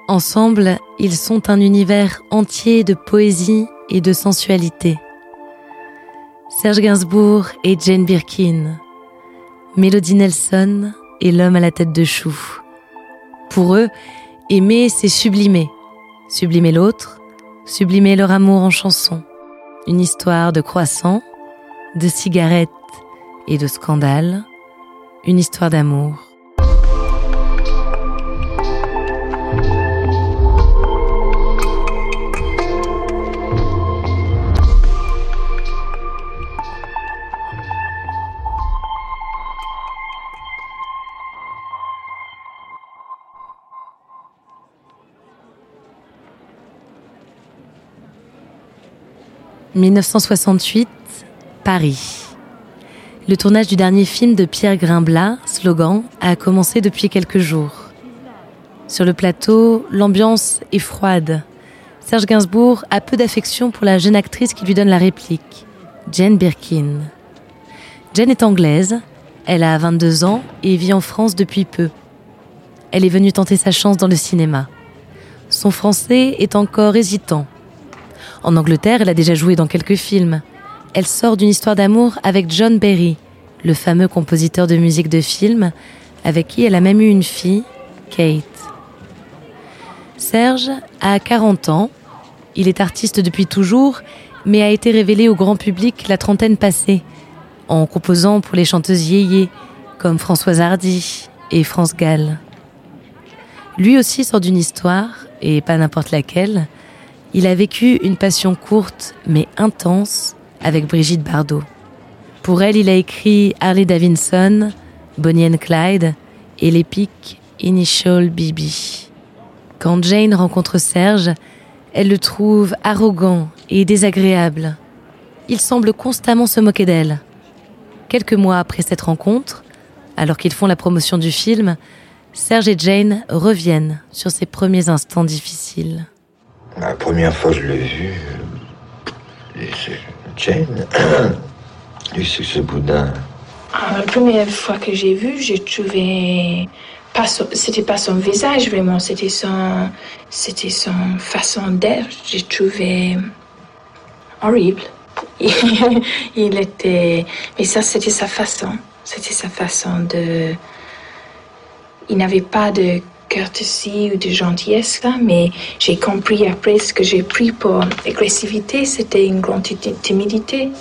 Ensemble, ils sont un univers entier de poésie et de sensualité. Serge Gainsbourg et Jane Birkin, Melody Nelson et l'homme à la tête de chou. Pour eux, aimer, c'est sublimer. Sublimer l'autre, sublimer leur amour en chanson. Une histoire de croissants, de cigarettes et de scandales. Une histoire d'amour. « 1968, Paris. Le tournage du dernier film de Pierre Grimblat, Slogan, a commencé depuis quelques jours. Sur le plateau, l'ambiance est froide. Serge Gainsbourg a peu d'affection pour la jeune actrice qui lui donne la réplique, Jane Birkin. Jane est anglaise, elle a 22 ans et vit en France depuis peu. Elle est venue tenter sa chance dans le cinéma. Son français est encore hésitant. En Angleterre, elle a déjà joué dans quelques films. Elle sort d'une histoire d'amour avec John Barry, le fameux compositeur de musique de film, avec qui elle a même eu une fille, Kate. Serge a 40 ans. Il est artiste depuis toujours, mais a été révélé au grand public la trentaine passée, en composant pour les chanteuses yéyé, comme Françoise Hardy et France Gall. Lui aussi sort d'une histoire, et pas n'importe laquelle. Il a vécu une passion courte mais intense avec Brigitte Bardot. Pour elle, il a écrit Harley Davidson, Bonnie and Clyde et l'épique Initial BB. Quand Jane rencontre Serge, elle le trouve arrogant et désagréable. Il semble constamment se moquer d'elle. Quelques mois après cette rencontre, alors qu'ils font la promotion du film, Serge et Jane reviennent sur ces premiers instants difficiles. La première fois que je l'ai vu, c'est Jane, et c'est ce boudin. La première fois que j'ai vu, j'ai trouvé c'était pas son visage vraiment, c'était son façon d'être. J'ai trouvé horrible. Il était, mais ça c'était sa façon de. Il n'avait pas de courtoisie ou de gentillesse, là, mais j'ai compris après ce que j'ai pris pour agressivité, c'était une grande timidité.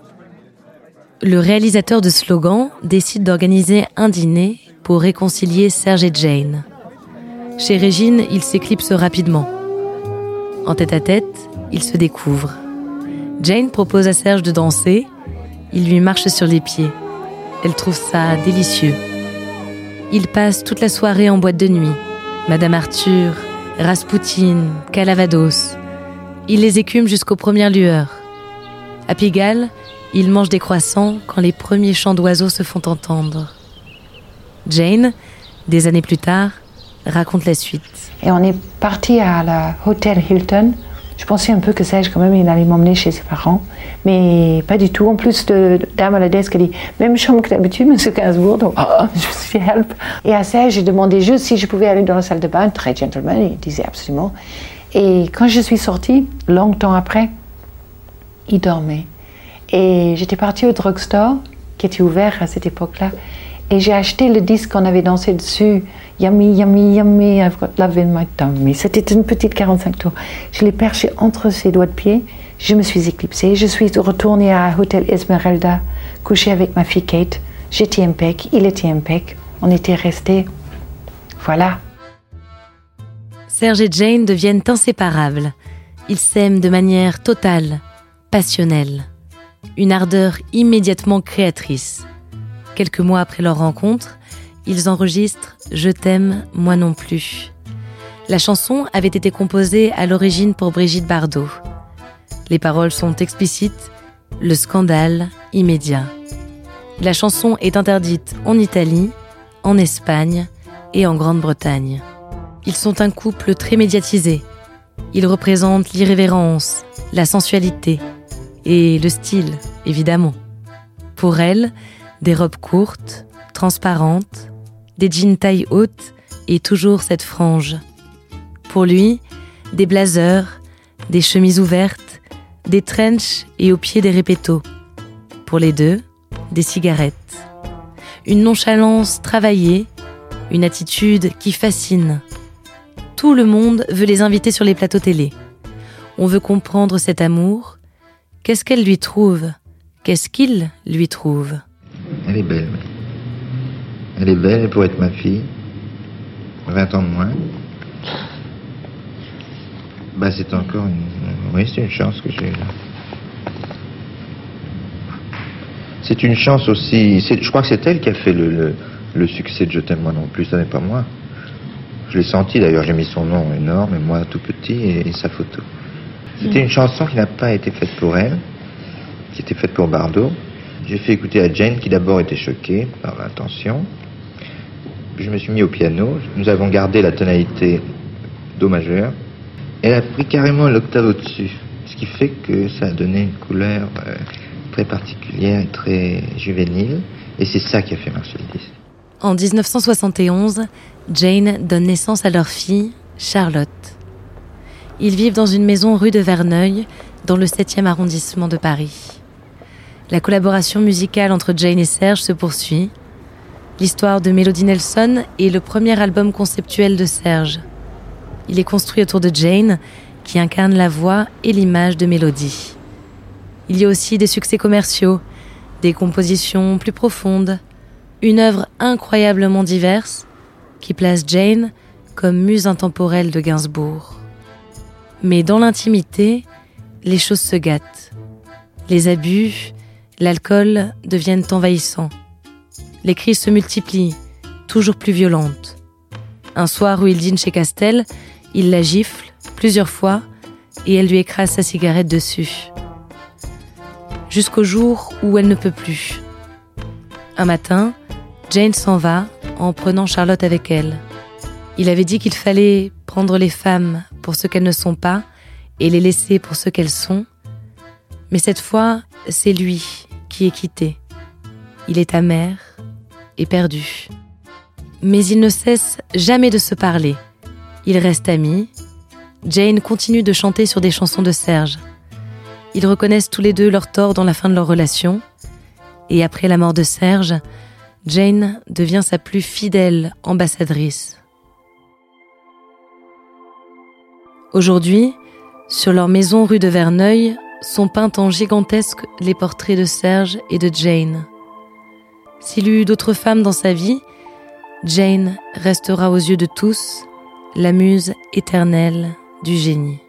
Le réalisateur de Slogan décide d'organiser un dîner pour réconcilier Serge et Jane. Chez Régine, ils s'éclipsent rapidement. En tête-à-tête, ils se découvrent. Jane propose à Serge de danser, il lui marche sur les pieds. Elle trouve ça délicieux. Ils passent toute la soirée en boîte de nuit. Madame Arthur, Raspoutine, Calavados. Ils les écument jusqu'aux premières lueurs. À Pigalle, ils mangent des croissants quand les premiers chants d'oiseaux se font entendre. Jane, des années plus tard, raconte la suite. Et on est parti à l'hôtel Hilton. Je pensais un peu que Serge, quand même, il allait m'emmener chez ses parents. Mais pas du tout. En plus, de dame à la desk, elle dit « Même chambre que d'habitude, monsieur Gainsbourg. » Donc, je me suis fait help. Et à Serge, j'ai demandé juste si je pouvais aller dans la salle de bain. Très gentleman, il disait absolument. Et quand je suis sortie, longtemps après, il dormait. Et j'étais partie au drugstore, qui était ouvert à cette époque-là. Et j'ai acheté le disque qu'on avait dansé dessus. Yummy, yummy, yummy, I've got love in my tummy. C'était une petite 45 tours. Je l'ai perché entre ses doigts de pied. Je me suis éclipsée. Je suis retournée à Hotel Esmeralda, couchée avec ma fille Kate. J'étais impec, il était impec. On était restés. Voilà. Serge et Jane deviennent inséparables. Ils s'aiment de manière totale, passionnelle. Une ardeur immédiatement créatrice. Quelques mois après leur rencontre, ils enregistrent « Je t'aime, moi non plus ». La chanson avait été composée à l'origine pour Brigitte Bardot. Les paroles sont explicites, le scandale immédiat. La chanson est interdite en Italie, en Espagne et en Grande-Bretagne. Ils sont un couple très médiatisé. Ils représentent l'irrévérence, la sensualité et le style, évidemment. Pour elle, des robes courtes, transparentes, des jeans taille haute et toujours cette frange. Pour lui, des blazers, des chemises ouvertes, des trenchs et au pied des répétos. Pour les deux, des cigarettes. Une nonchalance travaillée, une attitude qui fascine. Tout le monde veut les inviter sur les plateaux télé. On veut comprendre cet amour. Qu'est-ce qu'elle lui trouve ? Qu'est-ce qu'il lui trouve ? Elle est belle. Elle est belle, elle pourrait être ma fille. 20 ans de moins. C'est encore une... Oui, c'est une chance que j'ai là. C'est une chance aussi... Je crois que c'est elle qui a fait le succès de Je t'aime moi non plus, ça n'est pas moi. Je l'ai senti d'ailleurs, j'ai mis son nom énorme et moi tout petit et sa photo. C'était une chanson qui n'a pas été faite pour elle, qui était faite pour Bardot. J'ai fait écouter à Jane qui d'abord était choquée par l'intention. Puis je me suis mis au piano, nous avons gardé la tonalité Do majeur. Elle a pris carrément l'octave au-dessus, ce qui fait que ça a donné une couleur très particulière et très juvénile. Et c'est ça qui a fait marcher le disque. En 1971, Jane donne naissance à leur fille, Charlotte. Ils vivent dans une maison rue de Verneuil, dans le 7e arrondissement de Paris. La collaboration musicale entre Jane et Serge se poursuit. L'histoire de Melody Nelson est le premier album conceptuel de Serge. Il est construit autour de Jane, qui incarne la voix et l'image de Melody. Il y a aussi des succès commerciaux, des compositions plus profondes, une œuvre incroyablement diverse qui place Jane comme muse intemporelle de Gainsbourg. Mais dans l'intimité, les choses se gâtent. Les abus, l'alcool deviennent envahissants. Les crises se multiplient, toujours plus violentes. Un soir où il dîne chez Castel, il la gifle plusieurs fois et elle lui écrase sa cigarette dessus. Jusqu'au jour où elle ne peut plus. Un matin, Jane s'en va en prenant Charlotte avec elle. Il avait dit qu'il fallait prendre les femmes pour ce qu'elles ne sont pas et les laisser pour ce qu'elles sont. Mais cette fois, c'est lui qui est quitté. Il est amer et perdu. Mais ils ne cessent jamais de se parler. Ils restent amis. Jane continue de chanter sur des chansons de Serge. Ils reconnaissent tous les deux leurs torts dans la fin de leur relation. Et après la mort de Serge, Jane devient sa plus fidèle ambassadrice. Aujourd'hui, sur leur maison rue de Verneuil, sont peints en gigantesques les portraits de Serge et de Jane. S'il eut d'autres femmes dans sa vie, Jane restera aux yeux de tous la muse éternelle du génie.